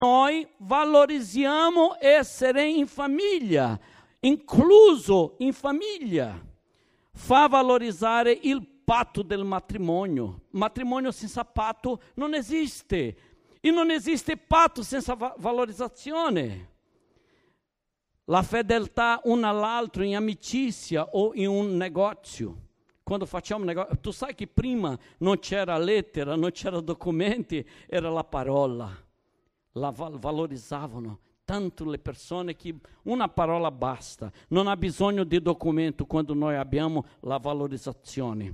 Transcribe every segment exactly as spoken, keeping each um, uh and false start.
noi valorizziamo essere in famiglia, incluso in famiglia. Fa valorizzare il patto del matrimonio. Matrimonio senza patto non esiste. E non esiste patto senza va- valorizzazione. La fedeltà uno all'altro in amicizia o in un negozio. Quando facciamo un negozio, tu sai che prima non c'era lettera, non c'era documenti, era la parola. La val- valorizzavano tanto le persone che una parola basta. Non ha bisogno di documento quando noi abbiamo la valorizzazione.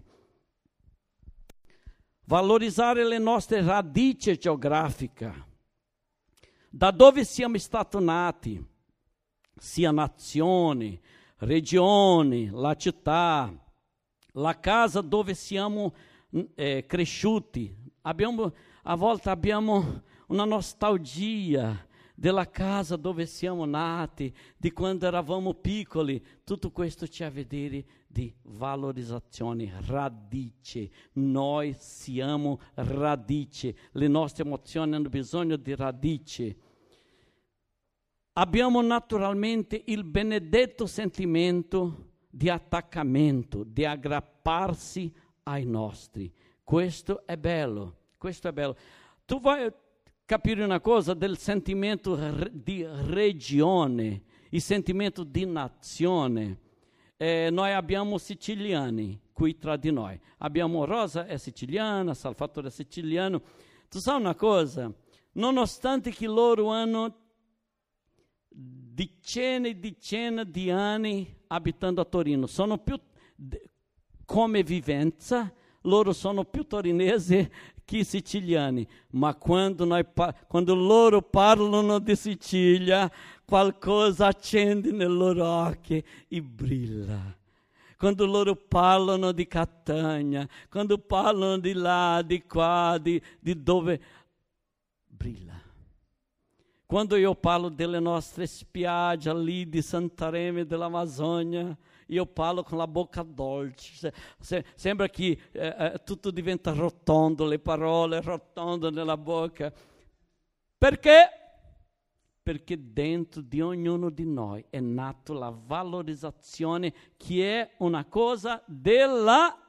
Valorizzare le nostre radici geografiche. Da dove siamo stati nati, sia nazioni, regioni, la città, la casa dove siamo eh, cresciuti. Abbiamo, a volte abbiamo una nostalgia della casa dove siamo nati, di quando eravamo piccoli. Tutto questo c'è a vedere di valorizzazione, radice. Noi siamo radice. Le nostre emozioni hanno bisogno di radice. Abbiamo naturalmente il benedetto sentimento di attaccamento, di aggrapparsi ai nostri. Questo è bello, questo è bello. Tu vuoi capire una cosa del sentimento di regione, il sentimento di nazione. Eh, noi abbiamo siciliani qui tra di noi. Abbiamo Rosa è siciliana, Salvatore è siciliano. Tu sai una cosa? Nonostante che loro hanno decine e decine di anni abitando a Torino, sono più come vivenza, loro sono più torinesi che siciliani, ma quando, noi, quando loro parlano di Sicilia, qualcosa accende nei loro occhi e brilla. Quando loro parlano di Catania, quando parlano di là, di qua, di, di dove, brilla. Quando io parlo delle nostre spiagge lì di Santarém, dell'Amazzonia, io parlo con la bocca dolce. Se, se, sembra che eh, eh, tutto diventa rotondo, le parole rotonde nella bocca. Perché? Perché dentro di ognuno di noi è nata la valorizzazione che è una cosa dell'anima.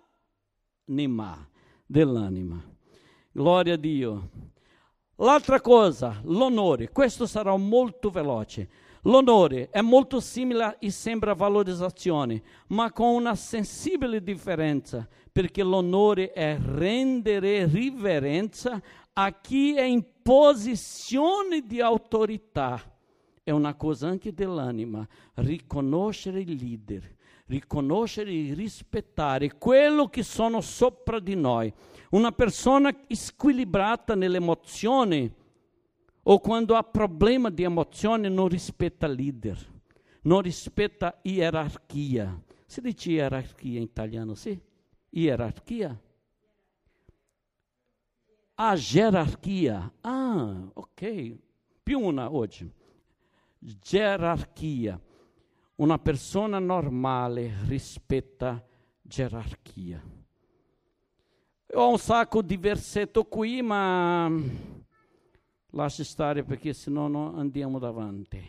Dell'anima. Gloria a Dio. L'altra cosa, l'onore, questo sarà molto veloce. L'onore è molto simile e sembra valorizzazione, ma con una sensibile differenza, perché l'onore è rendere riverenza a chi è in posizione di autorità. È una cosa anche dell'anima, riconoscere il leader, riconoscere e rispettare quello che sono sopra di noi. Una persona squilibrata nelle emozioni o quando ha problema di emozione non rispetta il leader, non rispetta gerarchia. Si dice gerarchia in italiano, sì? Gerarchia? Ah, gerarchia. Ah, ok. Più una oggi. Gerarchia. Una persona normale rispetta gerarchia. Ho un sacco di versetto qui, ma lascia stare perché sennò non andiamo davanti.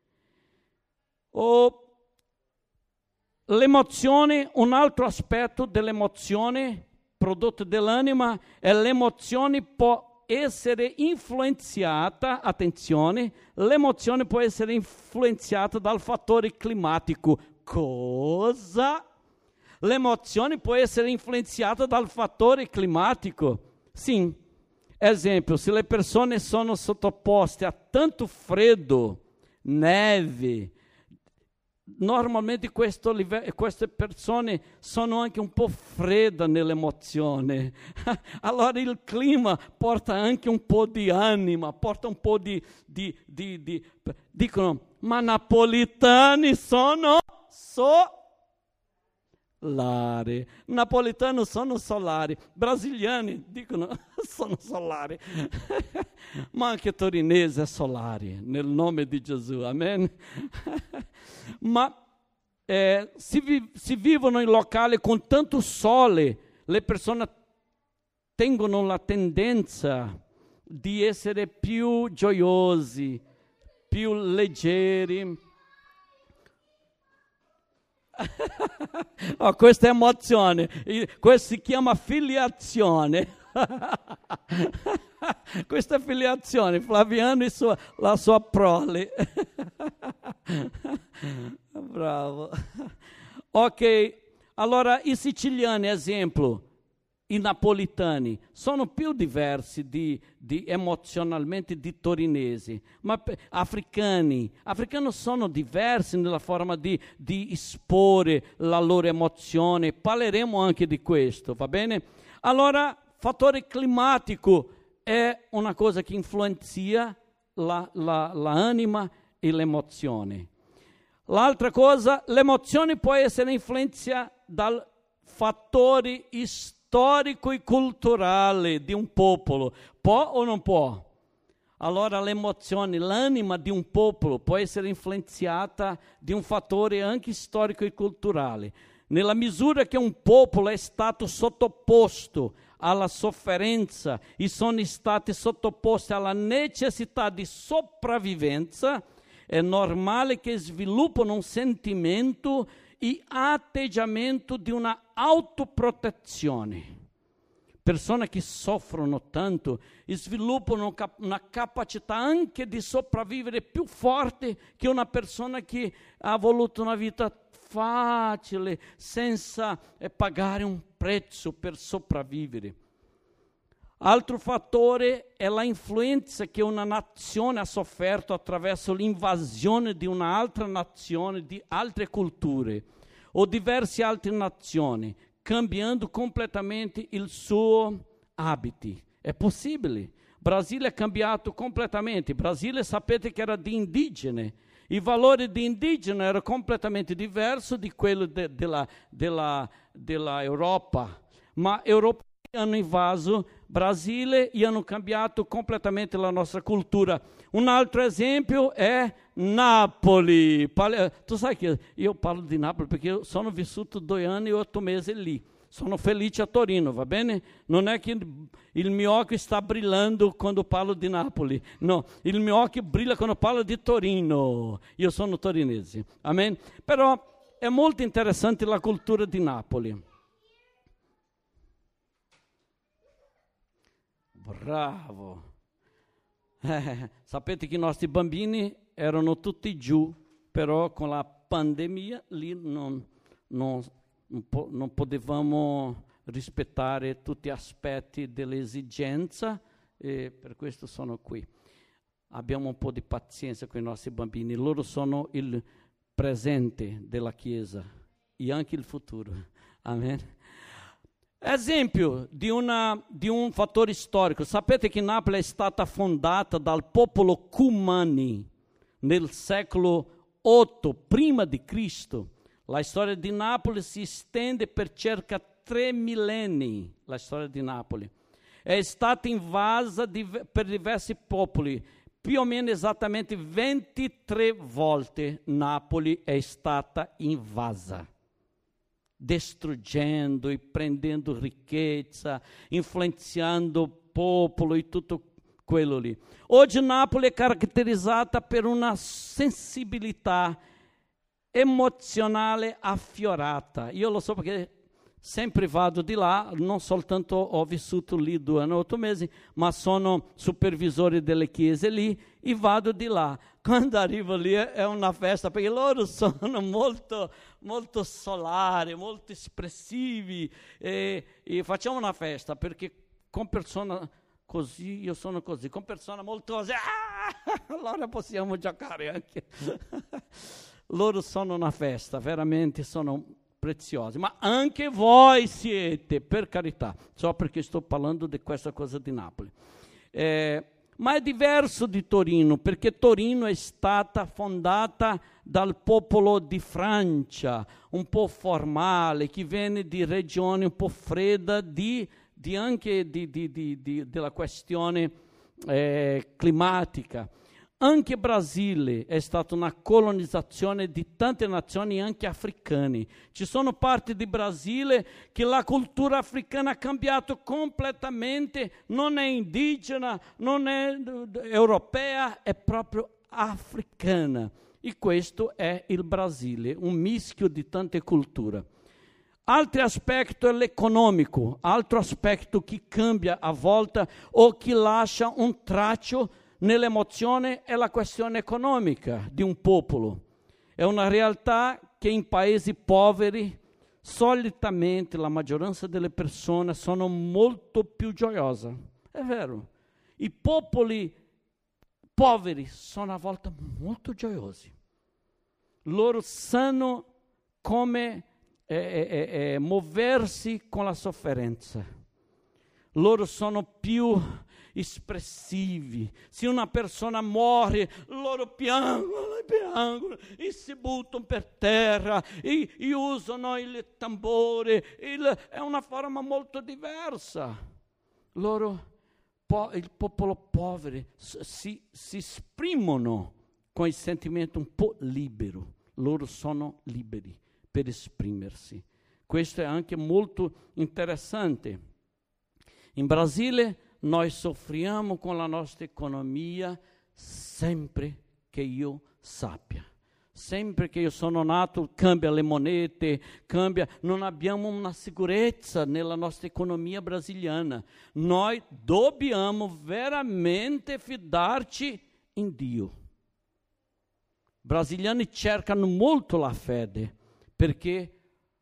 Oh, l'emozione, un altro aspetto dell'emozione prodotto dall'anima è l'emozione può essere influenzata, attenzione, l'emozione può essere influenzata dal fattore climatico. Cosa? L'emozione può essere influenzata dal fattore climatico. Sì. Esempio, se le persone sono sottoposte a tanto freddo, neve, normalmente questo livello, queste persone sono anche un po' fredde nell'emozione. Allora il clima porta anche un po' di anima, porta un po' di... di, di, di dicono, ma napolitani sono solari. Napolitani sono solari. Brasiliani dicono sono solari. Ma anche torinese è solare, nel nome di Gesù, amen. Ma eh, si, vi, si vivono in locali con tanto sole, le persone tengono la tendenza di essere più gioiosi, più leggeri. Oh, questa emozione, questo si chiama filiazione. Questa filiazione, Flaviano e sua, la sua prole. Bravo. Ok, allora i siciliani, esempio, i napolitani sono più diversi di, di emozionalmente di torinesi, ma pe- africani, africani sono diversi nella forma di, di esporre la loro emozione. Parleremo anche di questo, va bene? Allora, fattore climatico è una cosa che influenzia la, la, la anima e l'emozione. L'altra cosa, l'emozione può essere influenzata dal fattore storico e culturale di un popolo. Può o non può? Allora l'emozione, l'anima di un popolo può essere influenzata di un fattore anche storico e culturale. Nella misura che un popolo è stato sottoposto alla sofferenza e sono stati sottoposti alla necessità di sopravvivenza, è normale che sviluppino un sentimento e atteggiamento di una autoprotezione. Persone che soffrono tanto sviluppano una capacità anche di sopravvivere più forte che una persona che ha avuto una vita facile, senza eh, pagare un prezzo per sopravvivere. Altro fattore è la influenza che una nazione ha sofferto attraverso l'invasione di un'altra nazione, di altre culture o diverse altre nazioni, cambiando completamente il suo abiti. È possibile. Brasile è cambiato completamente. Brasile sapete che era di indigene. Il valore di indigeno era completamente diverso di quello de, della, della, della Europa. Ma europei hanno invaso Brasile e hanno cambiato completamente la nostra cultura. Un altro esempio è Napoli. Tu sai che io parlo di Napoli perché io sono vissuto due anni e otto mesi lì. Sono felice a Torino, va bene? Non è che il mio occhio sta brillando quando parlo di Napoli. No, il mio occhio brilla quando parlo di Torino. Io sono torinese, amen? Però è molto interessante la cultura di Napoli. Bravo. Eh, sapete che i nostri bambini erano tutti giù, però con la pandemia lì non... non non potevamo rispettare tutti gli aspetti dell'esigenza e per questo sono qui. Abbiamo un po' di pazienza con i nostri bambini, loro sono il presente della Chiesa e anche il futuro. Amen. Esempio di, una, di un fattore storico. Sapete che Napoli è stata fondata dal popolo Cumani nel secolo otto prima di Cristo. La storia di Napoli si stende per circa tre millenni, la storia di Napoli. È stata invasa di, per diversi popoli, più o meno esattamente ventitré volte Napoli è stata invasa, distruggendo e prendendo ricchezza, influenzando popolo e tutto quello lì. Oggi Napoli è caratterizzata per una sensibilità emozionale affiorata. Io lo so perché sempre vado di là, non soltanto ho vissuto lì due anni, otto mesi, ma sono supervisore delle chiese lì e vado di là. Quando arrivo lì è una festa, perché loro sono molto, molto solari, molto espressivi e, e facciamo una festa perché con persone così, io sono così, con persone molto così, ah, allora possiamo giocare anche. Loro sono una festa, veramente sono preziosi, ma anche voi siete, per carità, so perché sto parlando di questa cosa di Napoli. Eh, ma è diverso di Torino, perché Torino è stata fondata dal popolo di Francia, un po' formale, che viene di regioni un po' fredda, di, di anche di, di, di, di, della questione eh, climatica. Anche Brasile è stata una colonizzazione di tante nazioni, anche africane. Ci sono parti di Brasile che la cultura africana ha cambiato completamente, non è indigena, non è europea, è proprio africana. E questo è il Brasile, un mischio di tante culture. Altro aspetto è l'economico, altro aspetto che cambia a volta o che lascia un traccio nell'emozione è la questione economica di un popolo. È una realtà che in paesi poveri solitamente la maggioranza delle persone sono molto più gioiose. È vero, i popoli poveri sono a volte molto gioiosi. Loro sanno come eh, eh, eh, muoversi con la sofferenza. Loro sono più espressivi. Se una persona muore, loro piangono e piangono e si buttano per terra e, e usano il tambore. Il, è una forma molto diversa. Loro, po, il popolo povero, si, si esprimono con il sentimento un po' libero. Loro sono liberi per esprimersi. Questo è anche molto interessante. In Brasile noi soffriamo con la nostra economia sempre che io sappia. Sempre che io sono nato cambia le monete, cambia, non abbiamo una sicurezza nella nostra economia brasiliana. Noi dobbiamo veramente fidarci in Dio. Brasiliani cercano molto la fede, perché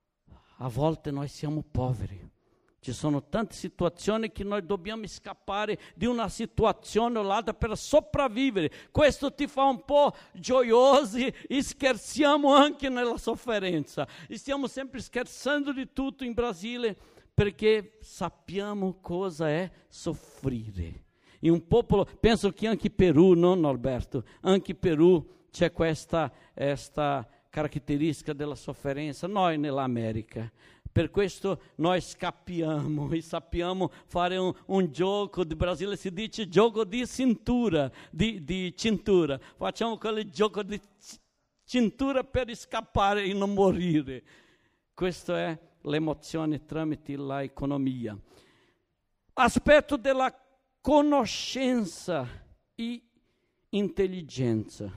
a volte noi siamo poveri. Ci sono tante situazioni che noi dobbiamo scappare di una situazione o l'altra per sopravvivere. Questo ti fa un po' gioiosi e scherziamo anche nella sofferenza. E stiamo sempre scherzando di tutto in Brasile perché sappiamo cosa è soffrire. In un popolo, penso che anche in Perù, no Norberto? Anche in Perù c'è questa, questa caratteristica della sofferenza, noi nell'America. Per questo noi scappiamo e sappiamo fare un, un gioco, di Brasile si dice gioco di cintura, di, di cintura. Facciamo quel gioco di cintura per scappare e non morire. Questa è l'emozione tramite l'economia. Aspetto della conoscenza e intelligenza.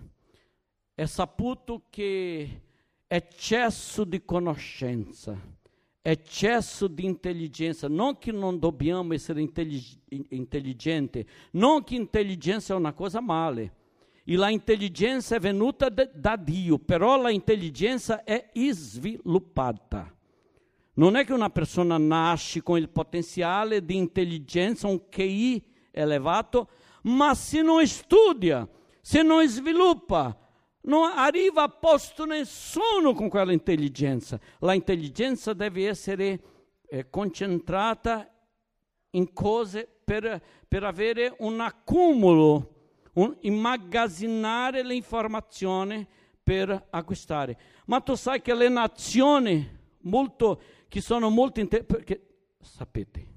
È saputo che eccesso di conoscenza, eccesso di intelligenza, non che non dobbiamo essere intellig- intelligenti, non che intelligenza è una cosa male, e la intelligenza è venuta de- da Dio, però la intelligenza è sviluppata. Non è che una persona nasce con il potenziale di intelligenza, un Q I elevato, ma se non studia, se non sviluppa, non arriva a posto nessuno con quella intelligenza. La intelligenza deve essere eh, concentrata in cose per, per avere un accumulo, un, immagazzinare le informazioni per acquistare. Ma tu sai che le nazioni molto, che sono molto intelligenti, perché sapete,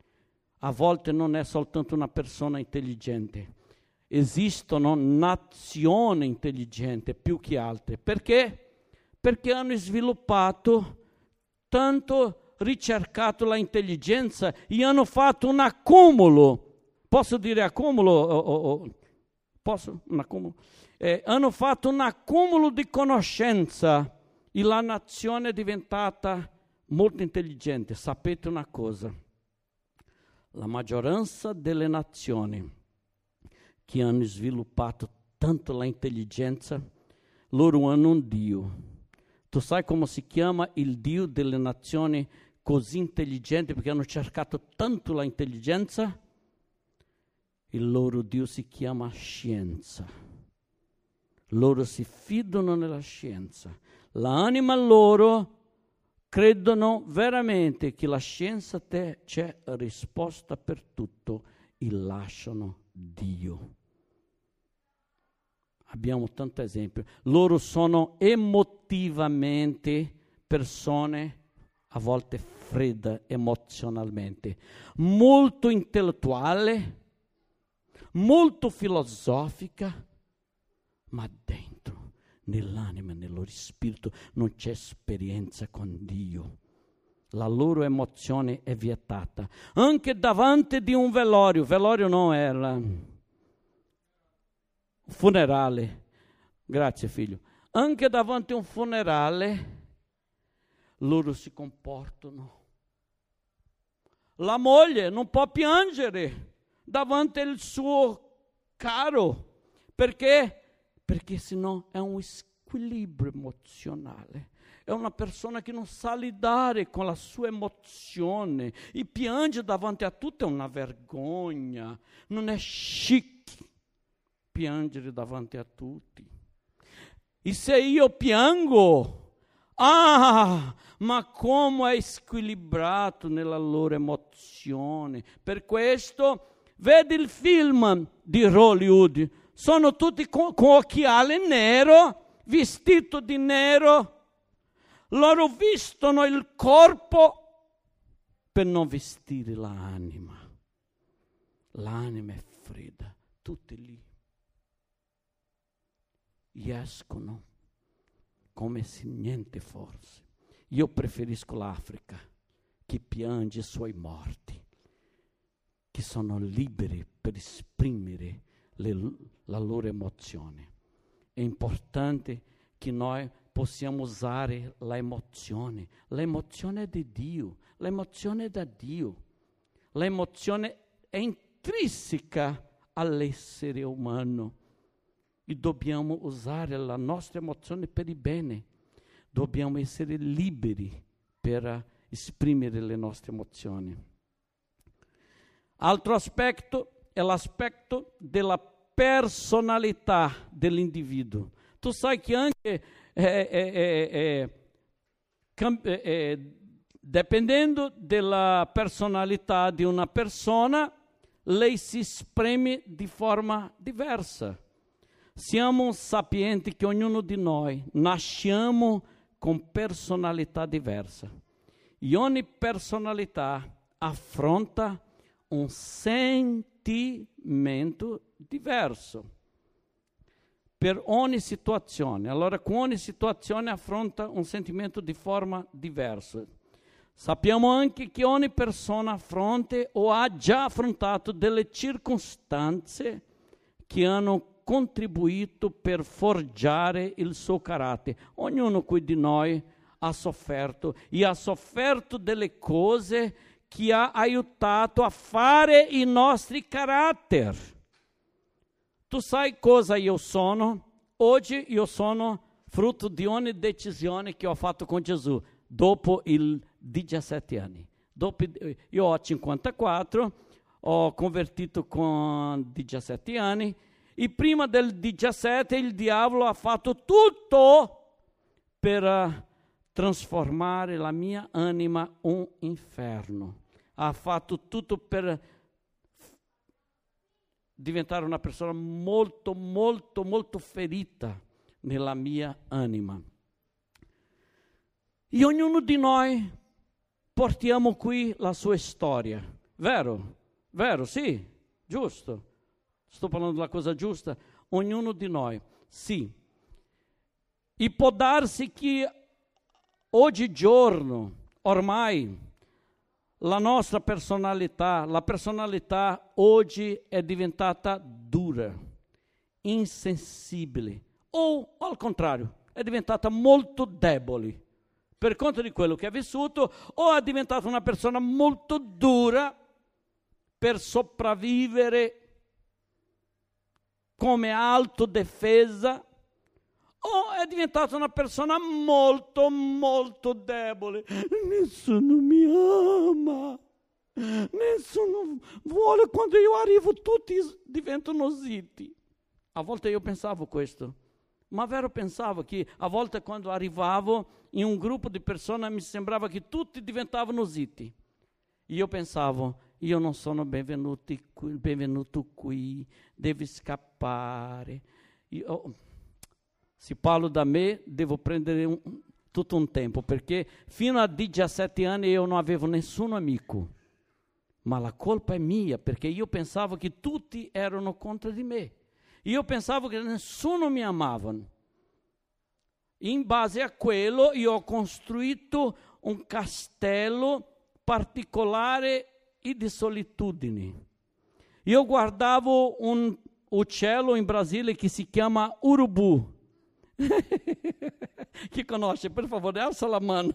a volte non è soltanto una persona intelligente. Esistono nazioni intelligenti più che altre. Perché? Perché hanno sviluppato, tanto ricercato la intelligenza e hanno fatto un accumulo. Posso dire accumulo? O, o, o, posso? Un accumulo? Eh, hanno fatto un accumulo di conoscenza e la nazione è diventata molto intelligente. Sapete una cosa? La maggioranza delle nazioni che hanno sviluppato tanto la intelligenza, loro hanno un Dio. Tu sai come si chiama il Dio delle nazioni così intelligenti perché hanno cercato tanto la intelligenza? Il loro Dio si chiama scienza. Loro si fidano nella scienza. L'anima loro credono veramente che la scienza te c'è risposta per tutto e lasciano Dio. Abbiamo tanti esempi. Loro sono emotivamente persone a volte fredde emozionalmente, molto intellettuale, molto filosofica, ma dentro, nell'anima, nel loro spirito, non c'è esperienza con Dio. La loro emozione è vietata. Anche davanti di un velorio, velorio non era funerale, grazie figlio, anche davanti a un funerale loro si comportano. La moglie non può piangere davanti al suo caro, perché? Perché sennò è un squilibrio emozionale. È una persona che non sa lidare con la sua emozione e piange davanti a tutti è una vergogna. Non è chic piangere davanti a tutti. E se io piango, ah, ma come è squilibrato nella loro emozione. Per questo, vedi il film di Hollywood, sono tutti con, con occhiali nero, vestito di nero. Loro vestono il corpo per non vestire l'anima. L'anima è fredda, tutti lì. Escono come se niente fosse. Io preferisco l'Africa, che piange i suoi morti, che sono liberi per esprimere le, la loro emozione. È importante che noi possiamo usare l'emozione. L'emozione è di Dio, l'emozione è da Dio. L'emozione è intrinseca all'essere umano e dobbiamo usare la nostra emozione per il bene. Dobbiamo essere liberi per esprimere le nostre emozioni. Altro aspetto è l'aspetto della personalità dell'individuo. Tu sai che anche eh, eh, eh, cam- eh, eh, dipendendo dalla personalità di una persona, lei si esprime di forma diversa. Siamo sapienti che ognuno di noi nasciamo con personalità diversa. E ogni personalità affronta un sentimento diverso per ogni situazione. Allora, con ogni situazione affronta un sentimento di forma diversa. Sappiamo anche che ogni persona affronta o ha già affrontato delle circostanze che hanno contribuito per forgiare il suo carattere. Ognuno qui di noi ha sofferto e ha sofferto delle cose che ha aiutato a fare i nostri caratteri. Tu sai cosa io sono? Oggi io sono frutto di ogni decisione che ho fatto con Gesù dopo i diciassette anni. Dopo, io ho cinquantaquattro, ho convertito con diciassette anni. E prima del diciassette il diavolo ha fatto tutto per uh, trasformare la mia anima in un inferno. Ha fatto tutto per f- diventare una persona molto, molto, molto ferita nella mia anima. E ognuno di noi portiamo qui la sua storia. Vero? Vero, sì, giusto. Sto parlando della cosa giusta. Ognuno di noi, sì. E può darsi che oggigiorno, ormai, la nostra personalità, la personalità oggi è diventata dura, insensibile, o al contrario, è diventata molto debole. Per conto di quello che ha vissuto, o è diventata una persona molto dura per sopravvivere come autodifesa, o è diventata una persona molto, molto debole. Nessuno mi ama, nessuno vuole, quando io arrivo tutti diventano zitti. A volte io pensavo questo, ma vero pensavo che a volte quando arrivavo in un gruppo di persone mi sembrava che tutti diventavano zitti. Io pensavo, io non sono benvenuti qui, benvenuto qui, devi scappare. Io, se parlo da me, devo prendere un, tutto un tempo, perché fino a diciassette anni io non avevo nessun amico. Ma la colpa è mia, perché io pensavo che tutti erano contro di me. Io pensavo che nessuno mi amava. In base a quello io ho costruito un castello particolare e di solitudine. Io guardavo un uccello in Brasile che si chiama urubu. Chi conosce, per favore, alza la mano.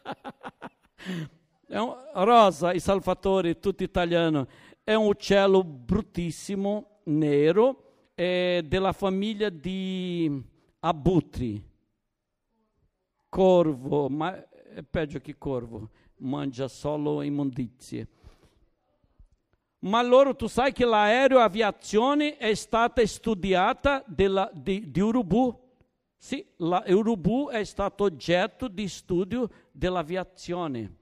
È un, Rosa e Salvatore, tutto italiano. È un uccello bruttissimo, nero, è della famiglia di abutre. Corvo, ma è peggio che corvo, mangia solo immondizie. Ma loro, tu sai che l'aeroaviazione è stata studiata della, di, di urubu? Sì, l'urubu è stato oggetto di studio dell'aviazione.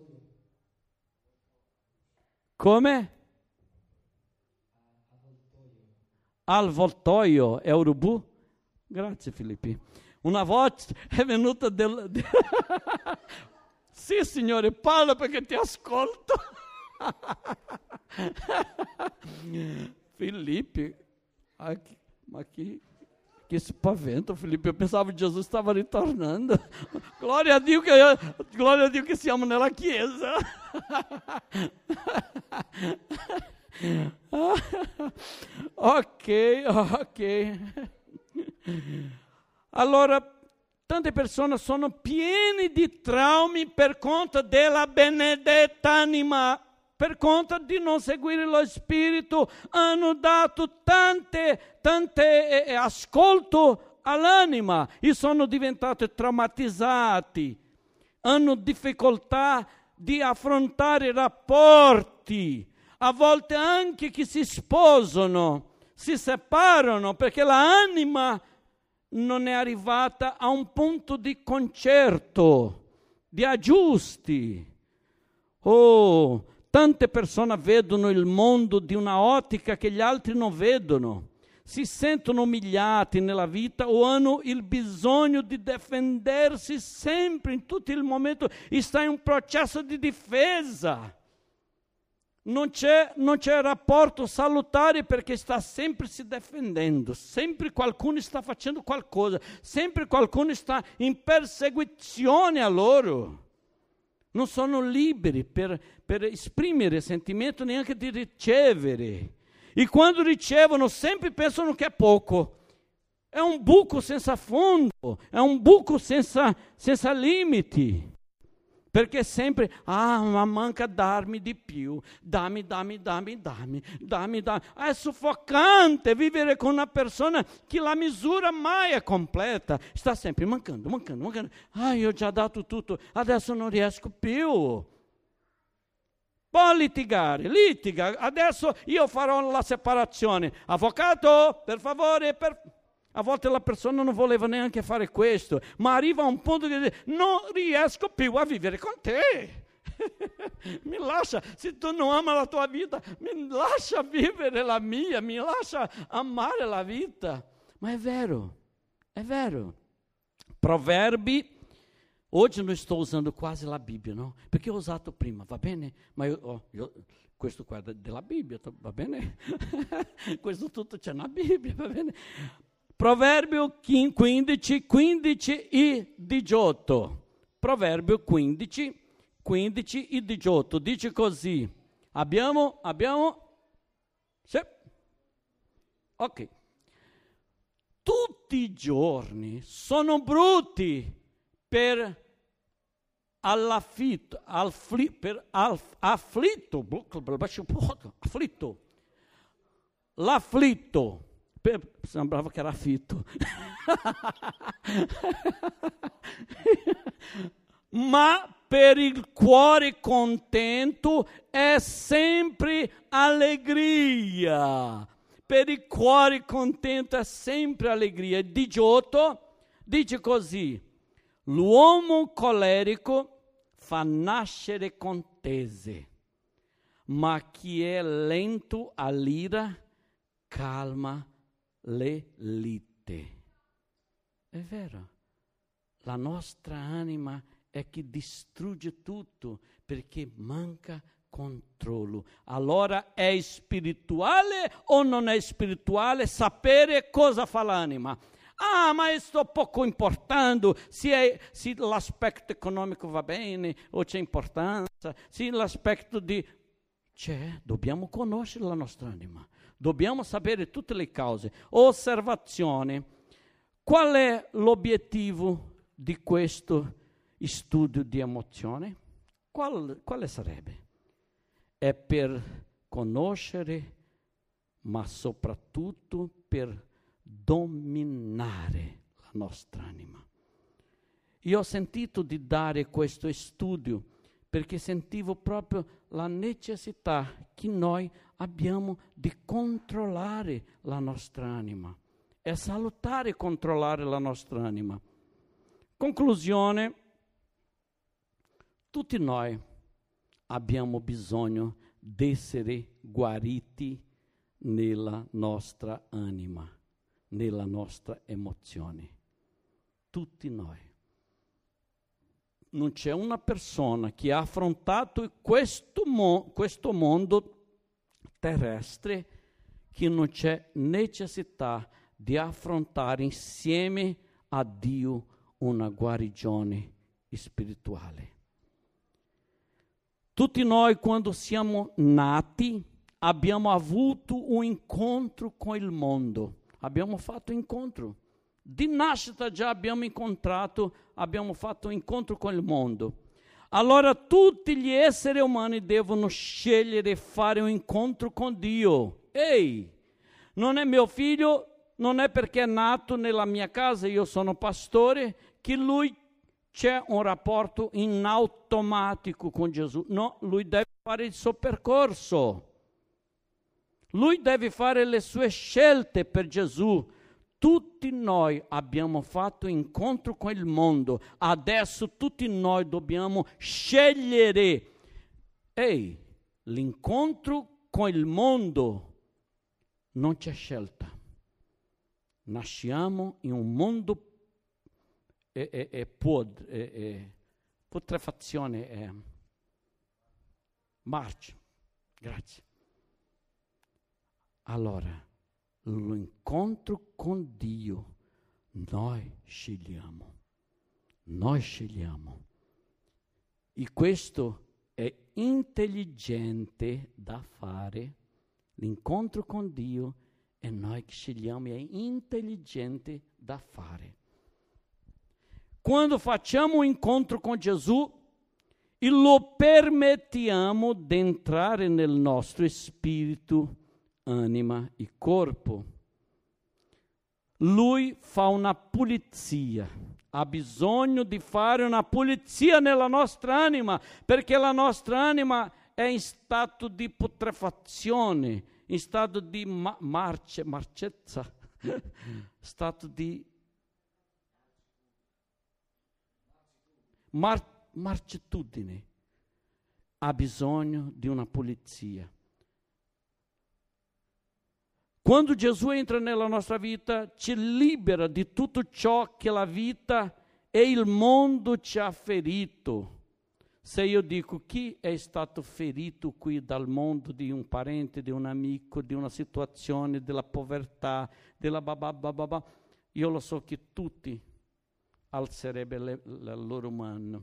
Come? Al voltoio è urubu? Grazie Filippi. Una voce è venuta del... De... Sì, signore, parla perché ti ascolto. Filippi, ma che, che spavento, Filippi. Eu pensava que Jesus stava ritornando. Glória a Dio che, glória a Dio che siamo nella chiesa. Ok, ok. Allora, tante persone sono piene di traumi per conto della benedetta anima, per conto di non seguire lo Spirito, hanno dato tante, tante eh, ascolto all'anima e sono diventati traumatizzati, hanno difficoltà di affrontare i rapporti, a volte anche che si sposano, si separano perché l'anima non è arrivata a un punto di concerto, di aggiusti. Oh, tante persone vedono il mondo di una ottica che gli altri non vedono, si sentono umiliati nella vita o hanno il bisogno di difendersi sempre, in tutto il momento, e sta in un processo di difesa. Non c'è, non c'è rapporto salutare perché sta sempre si difendendo, sempre qualcuno sta facendo qualcosa, sempre qualcuno sta in persecuzione a loro. Non sono liberi per, per esprimere sentimento neanche di ricevere. E quando ricevono sempre pensano che è poco. È un buco senza fondo, è un buco senza, senza limiti. Perché sempre, ah, ma manca darmi di più, dammi, dammi, dammi, dammi, dammi, dammi. Ah, è soffocante vivere con una persona che la misura mai è completa. Sta sempre mancando, mancando, mancando. Ah, io ho già dato tutto, adesso non riesco più. Può litigare, litiga, adesso io farò la separazione. Avvocato, per favore, per... A volte la persona non voleva neanche fare questo, ma arriva a un punto di dire, non riesco più a vivere con te. Mi lascia, se tu non ami la tua vita, mi lascia vivere la mia, mi lascia amare la vita. Ma è vero, è vero. Proverbi, oggi non sto usando quasi la Bibbia, no? Perché ho usato prima, va bene? Ma io, oh, io questo qua è della Bibbia, va bene? Questo tutto c'è nella Bibbia, va bene? Proverbio quindici, quindici e diciotto. Proverbio quindici, quindici e diciotto. Dice così. Abbiamo, abbiamo? Sì. Ok. Tutti i giorni sono brutti per all'affitto, affli, per aff, afflitto, afflitto, l'afflitto. Sembrava che era affitto. Ma per il cuore contento è sempre allegria. Per il cuore contento è sempre allegria. diciotto dice così: l'uomo colerico fa nascere contese, ma chi è lento all'ira calma le lite. È vero, la nostra anima è che distrugge tutto perché manca controllo. Allora è spirituale o non è spirituale sapere cosa fa l'anima? Ah, ma sto poco importando se, è, se l'aspetto economico va bene o c'è importanza, se l'aspetto di... C'è, dobbiamo conoscere la nostra anima, dobbiamo sapere tutte le cause. Osservazione, qual è l'obiettivo di questo studio di emozione? Qual, quale sarebbe? È per conoscere, ma soprattutto per dominare la nostra anima. Io ho sentito di dare questo studio perché sentivo proprio la necessità che noi abbiamo di controllare la nostra anima. È salutare controllare la nostra anima. Conclusione, tutti noi abbiamo bisogno di essere guariti nella nostra anima, nella nostra emozione. Tutti noi. Non c'è una persona che ha affrontato questo, mo- questo mondo terrestre che non c'è necessità di affrontare insieme a Dio una guarigione spirituale. Tutti noi, quando siamo nati, abbiamo avuto un incontro con il mondo. Abbiamo fatto incontro. Di nascita già abbiamo incontrato, abbiamo fatto un incontro con il mondo. Allora tutti gli esseri umani devono scegliere fare un incontro con Dio. Ehi, non è mio figlio, non è perché è nato nella mia casa, io sono pastore, che lui c'è un rapporto in automatico con Gesù. No, lui deve fare il suo percorso. Lui deve fare le sue scelte per Gesù. Tutti noi abbiamo fatto incontro con il mondo, adesso tutti noi dobbiamo scegliere. Ehi, l'incontro con il mondo non c'è scelta. Nasciamo in un mondo e, e, e, pod, e, e putrefazione, e, marcia. Grazie. Allora, l'incontro con Dio, noi scegliamo, noi scegliamo. E questo è intelligente da fare, l'incontro con Dio, e noi che scegliamo, è intelligente da fare. Quando facciamo un incontro con Gesù e lo permettiamo di entrare nel nostro spirito, anima e corpo, lui fa una pulizia, ha bisogno di fare una pulizia nella nostra anima, perché la nostra anima è in stato di putrefazione, in stato di ma- marce, marcezza, stato di mar- marcitudine, ha bisogno di una pulizia. Quando Gesù entra nella nostra vita, ci libera di tutto ciò che la vita e il mondo ci ha ferito. Se io dico chi è stato ferito qui dal mondo di un parente, di un amico, di una situazione, della povertà, della babà, babà, io lo so che tutti alzerebbero la loro mano.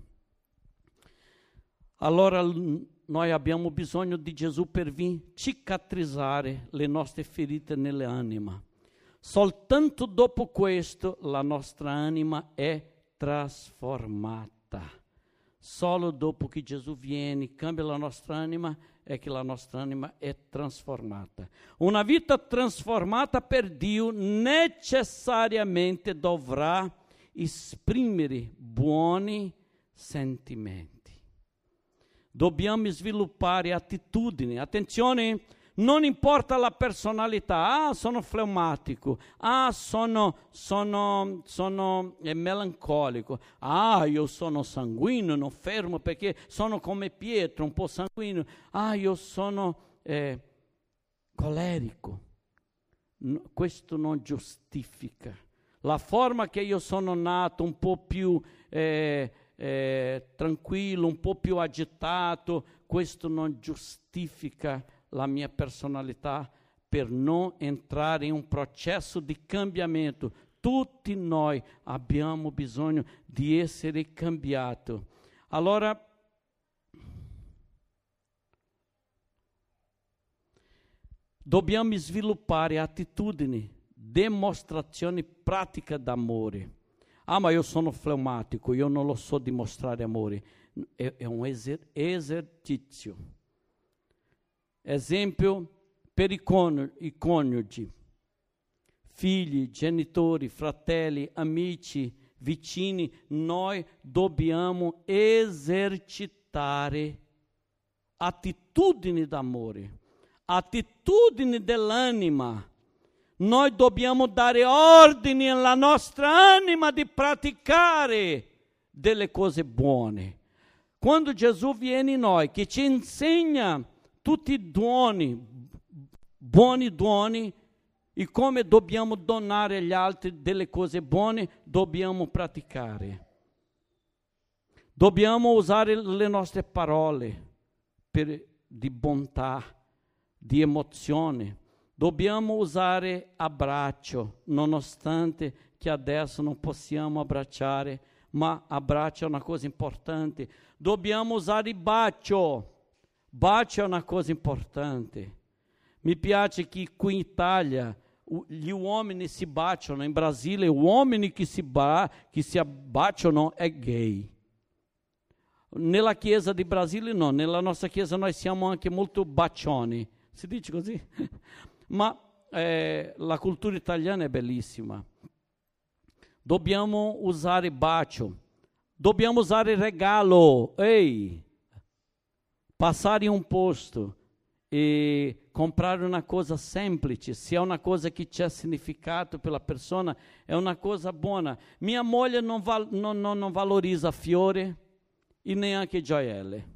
Allora noi abbiamo bisogno di Gesù per cicatrizzare le nostre ferite nell'anima. Soltanto dopo questo la nostra anima è trasformata. Solo dopo che Gesù viene, cambia la nostra anima, è che la nostra anima è trasformata. Una vita trasformata per Dio necessariamente dovrà esprimere buoni sentimenti. Dobbiamo sviluppare attitudini. Attenzione, non importa la personalità. Ah, sono flemmatico. Ah, sono, sono, sono eh, melancolico. Ah, io sono sanguigno, non fermo perché sono come Pietro, un po' sanguigno. Ah, io sono eh, colerico. No, questo non giustifica. La forma che io sono nato un po' più... Eh, eh, tranquillo, un po' più agitato, questo non giustifica la mia personalità per non entrare in un processo di cambiamento. Tutti noi abbiamo bisogno di essere cambiati. Allora, dobbiamo sviluppare attitudini, dimostrazioni pratiche d'amore. Ah, ma io sono fleumatico, io non lo so dimostrare amore. È, è un eser- esercizio. Esempio per i, con- i coniugi, figli, genitori, fratelli, amici, vicini. Noi dobbiamo esercitare attitudini d'amore, attitudini dell'anima. Noi dobbiamo dare ordini alla nostra anima di praticare delle cose buone. Quando Gesù viene in noi, che ci insegna tutti i doni, buoni doni, e come dobbiamo donare agli altri delle cose buone, dobbiamo praticare. Dobbiamo usare le nostre parole per, di bontà, di emozione. Dobbiamo usare abbraccio, nonostante che adesso non possiamo abbracciare, ma abbraccio è una cosa importante. Dobbiamo usare il bacio, bacio è una cosa importante. Mi piace che qui in Italia gli uomini si baciano, in Brasile uomini che si, ba- che si abbracciano è gay. Nella chiesa di Brasile no, nella nostra chiesa noi siamo anche molto bacioni, si dice così? Ma eh, la cultura italiana è bellissima. Dobbiamo usare bacio, dobbiamo usare regalo, ehi, passare in un posto e comprare una cosa semplice, se è una cosa che c'è significato per la persona, è una cosa buona. Mia moglie non, val- non, non, non valorizza fiori e neanche gioielli.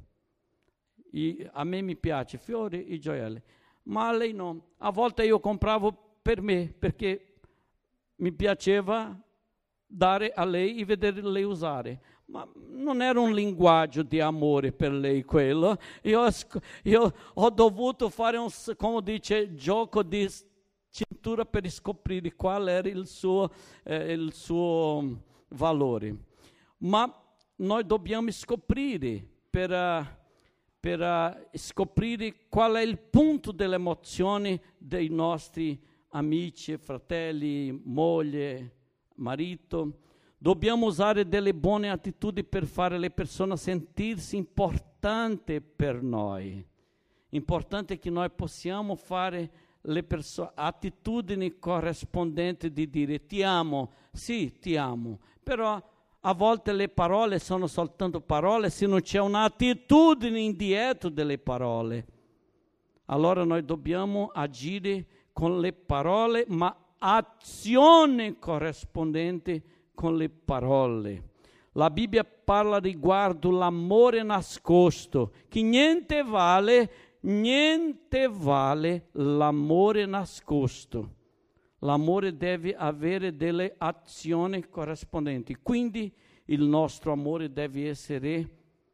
E a me mi piace fiori e gioielli, ma a lei no. A volte io compravo per me, perché mi piaceva dare a lei e vedere lei usare. Ma non era un linguaggio di amore per lei quello. Io, io ho dovuto fare un, come dice, gioco di cintura per scoprire qual era il suo, eh, il suo valore. Ma noi dobbiamo scoprire per, uh, per uh, scoprire qual è il punto delle emozioni dei nostri amici, fratelli, moglie, marito. Dobbiamo usare delle buone attitudini per fare le persone sentirsi importanti per noi. Importante che noi possiamo fare le perso- attitudini corrispondenti di dire ti amo, sì ti amo, però a volte le parole sono soltanto parole se non c'è un'attitudine indietro delle parole. Allora noi dobbiamo agire con le parole, ma azione corrispondente con le parole. La Bibbia parla riguardo l'amore nascosto, che niente vale, niente vale l'amore nascosto. L'amore deve avere delle azioni corrispondenti, quindi il nostro amore deve essere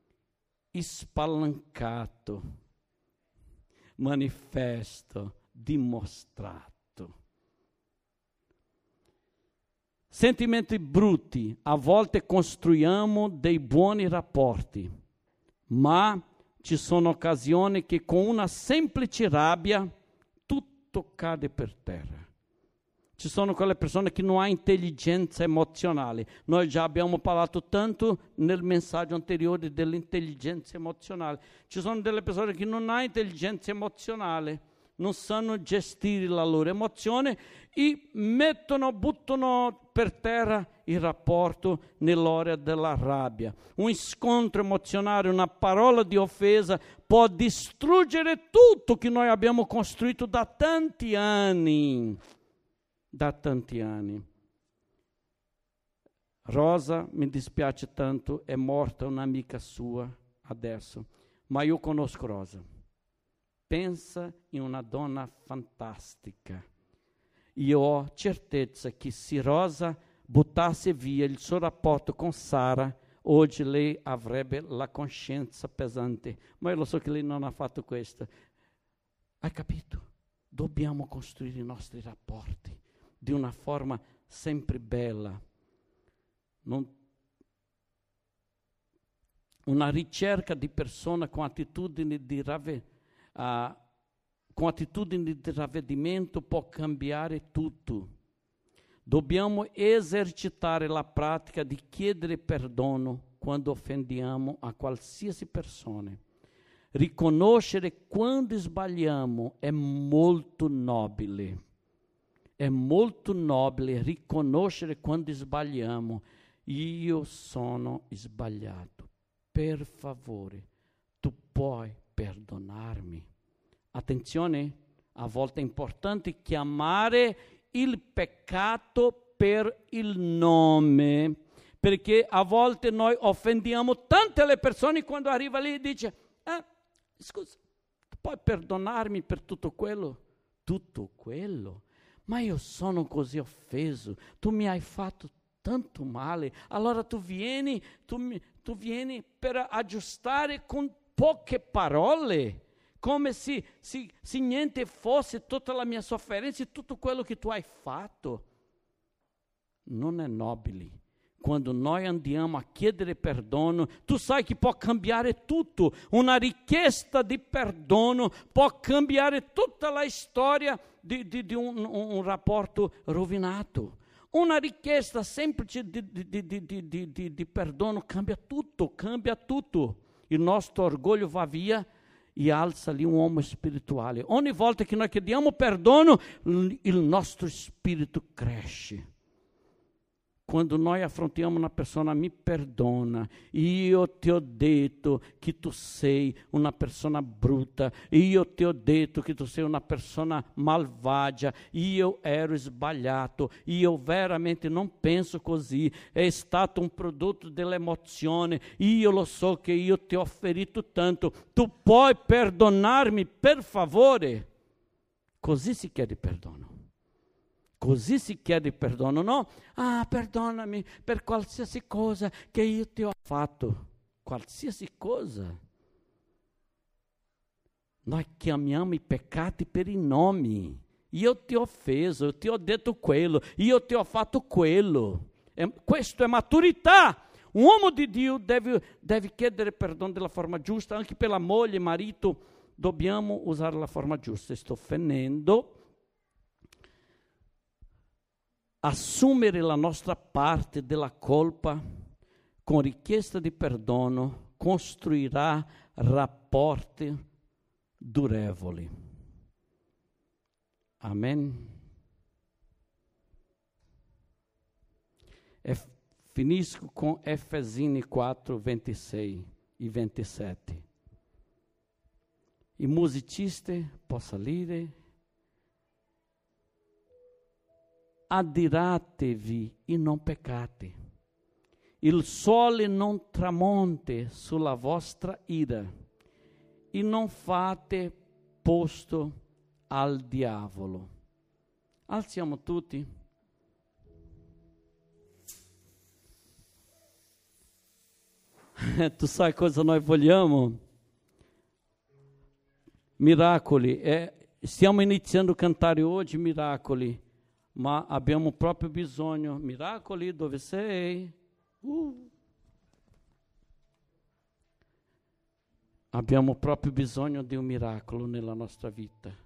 spalancato, manifesto, dimostrato. Sentimenti brutti, a volte costruiamo dei buoni rapporti, ma ci sono occasioni che con una semplice rabbia tutto cade per terra. Ci sono quelle persone che non hanno intelligenza emozionale. Noi già abbiamo parlato tanto nel messaggio anteriore dell'intelligenza emozionale. Ci sono delle persone che non hanno intelligenza emozionale, non sanno gestire la loro emozione e mettono, buttano per terra il rapporto nell'ora della rabbia. Un scontro emozionale, una parola di offesa può distruggere tutto che noi abbiamo costruito da tanti anni. Da tanti anni. Rosa, mi dispiace tanto, è morta un'amica sua adesso, ma io conosco Rosa. Pensa in una donna fantastica. Io ho certezza che se Rosa buttasse via il suo rapporto con Sara, oggi lei avrebbe la coscienza pesante, ma io lo so che lei non ha fatto questo. Hai capito? Dobbiamo costruire i nostri rapporti di una forma sempre bella. Non una ricerca di persone con attitudini di, rave, uh, con attitudini di ravvedimento può cambiare tutto. Dobbiamo esercitare la pratica di chiedere perdono quando offendiamo a qualsiasi persona. Riconoscere quando sbagliamo è molto nobile. È molto nobile riconoscere quando sbagliamo. Io sono sbagliato. Per favore, tu puoi perdonarmi. Attenzione, a volte è importante chiamare il peccato per il nome, perché a volte noi offendiamo tante le persone quando arriva lì e dice, eh, scusa, tu puoi perdonarmi per tutto quello? Tutto quello? Ma io sono così offeso, tu mi hai fatto tanto male, allora tu vieni, tu, mi, tu vieni per aggiustare con poche parole, come se, se, se niente fosse tutta la mia sofferenza e tutto quello che tu hai fatto. Non è nobile. Quando noi andiamo a chiedere perdono, tu sai che può cambiare tutto. Una richiesta di perdono può cambiare tutta la storia di, di, di un, un, un rapporto rovinato. Una richiesta semplice di, di, di, di, di, di, di perdono cambia tutto, cambia tutto. Il nostro orgoglio va via e alza lì un uomo spirituale. Ogni volta che noi chiediamo perdono, il nostro spirito cresce. Quando noi affrontiamo una persona, mi perdona, io ti ho detto che tu sei una persona brutta, io ti ho detto che tu sei una persona malvagia, io ero sbagliato, io veramente non penso così, è stato un prodotto dell'emozione, io lo so che io ti ho ferito tanto, tu puoi perdonarmi per favore. Così si chiede perdono. Così si chiede perdono, no? Ah, perdonami per qualsiasi cosa che io ti ho fatto. Qualsiasi cosa. Noi chiamiamo i peccati per i nomi. Io ti ho offeso, ti ho detto quello, io ti ho fatto quello. E questo è maturità. Un uomo di Dio deve, deve chiedere perdono della forma giusta, anche per la moglie, marito, dobbiamo usare la forma giusta. Sto finendo. Assumere la nostra parte della colpa con richiesta di perdono costruirà rapporti durevoli. Amen. E finisco con Efesini quattro, ventisei e ventisette. I musicisti possono salire. Adiratevi e non peccate. Il sole non tramonte sulla vostra ira e non fate posto al diavolo. Alziamo tutti. Tu sai cosa noi vogliamo? Miracoli. Eh, stiamo iniziando a cantare oggi miracoli. Ma abbiamo proprio bisogno, miracoli, dove sei? Uh. Abbiamo proprio bisogno di un miracolo nella nostra vita.